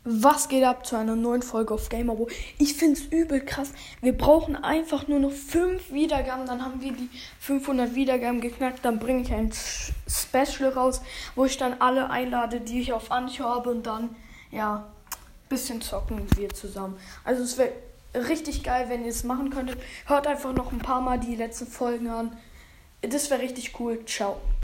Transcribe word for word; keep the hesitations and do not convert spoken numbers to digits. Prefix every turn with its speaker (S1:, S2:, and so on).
S1: Was geht ab zu einer neuen Folge auf Gamer? Ich find's übel krass. Wir brauchen einfach nur noch fünf Wiedergaben. Dann haben wir die fünfhundert Wiedergaben geknackt. Dann bringe ich ein Special raus, wo ich dann alle einlade, die ich auf Anchor habe. Und dann, ja, bisschen zocken wir zusammen. Also es wäre richtig geil, wenn ihr es machen könntet. Hört einfach noch ein paar Mal die letzten Folgen an. Das wäre richtig cool. Ciao.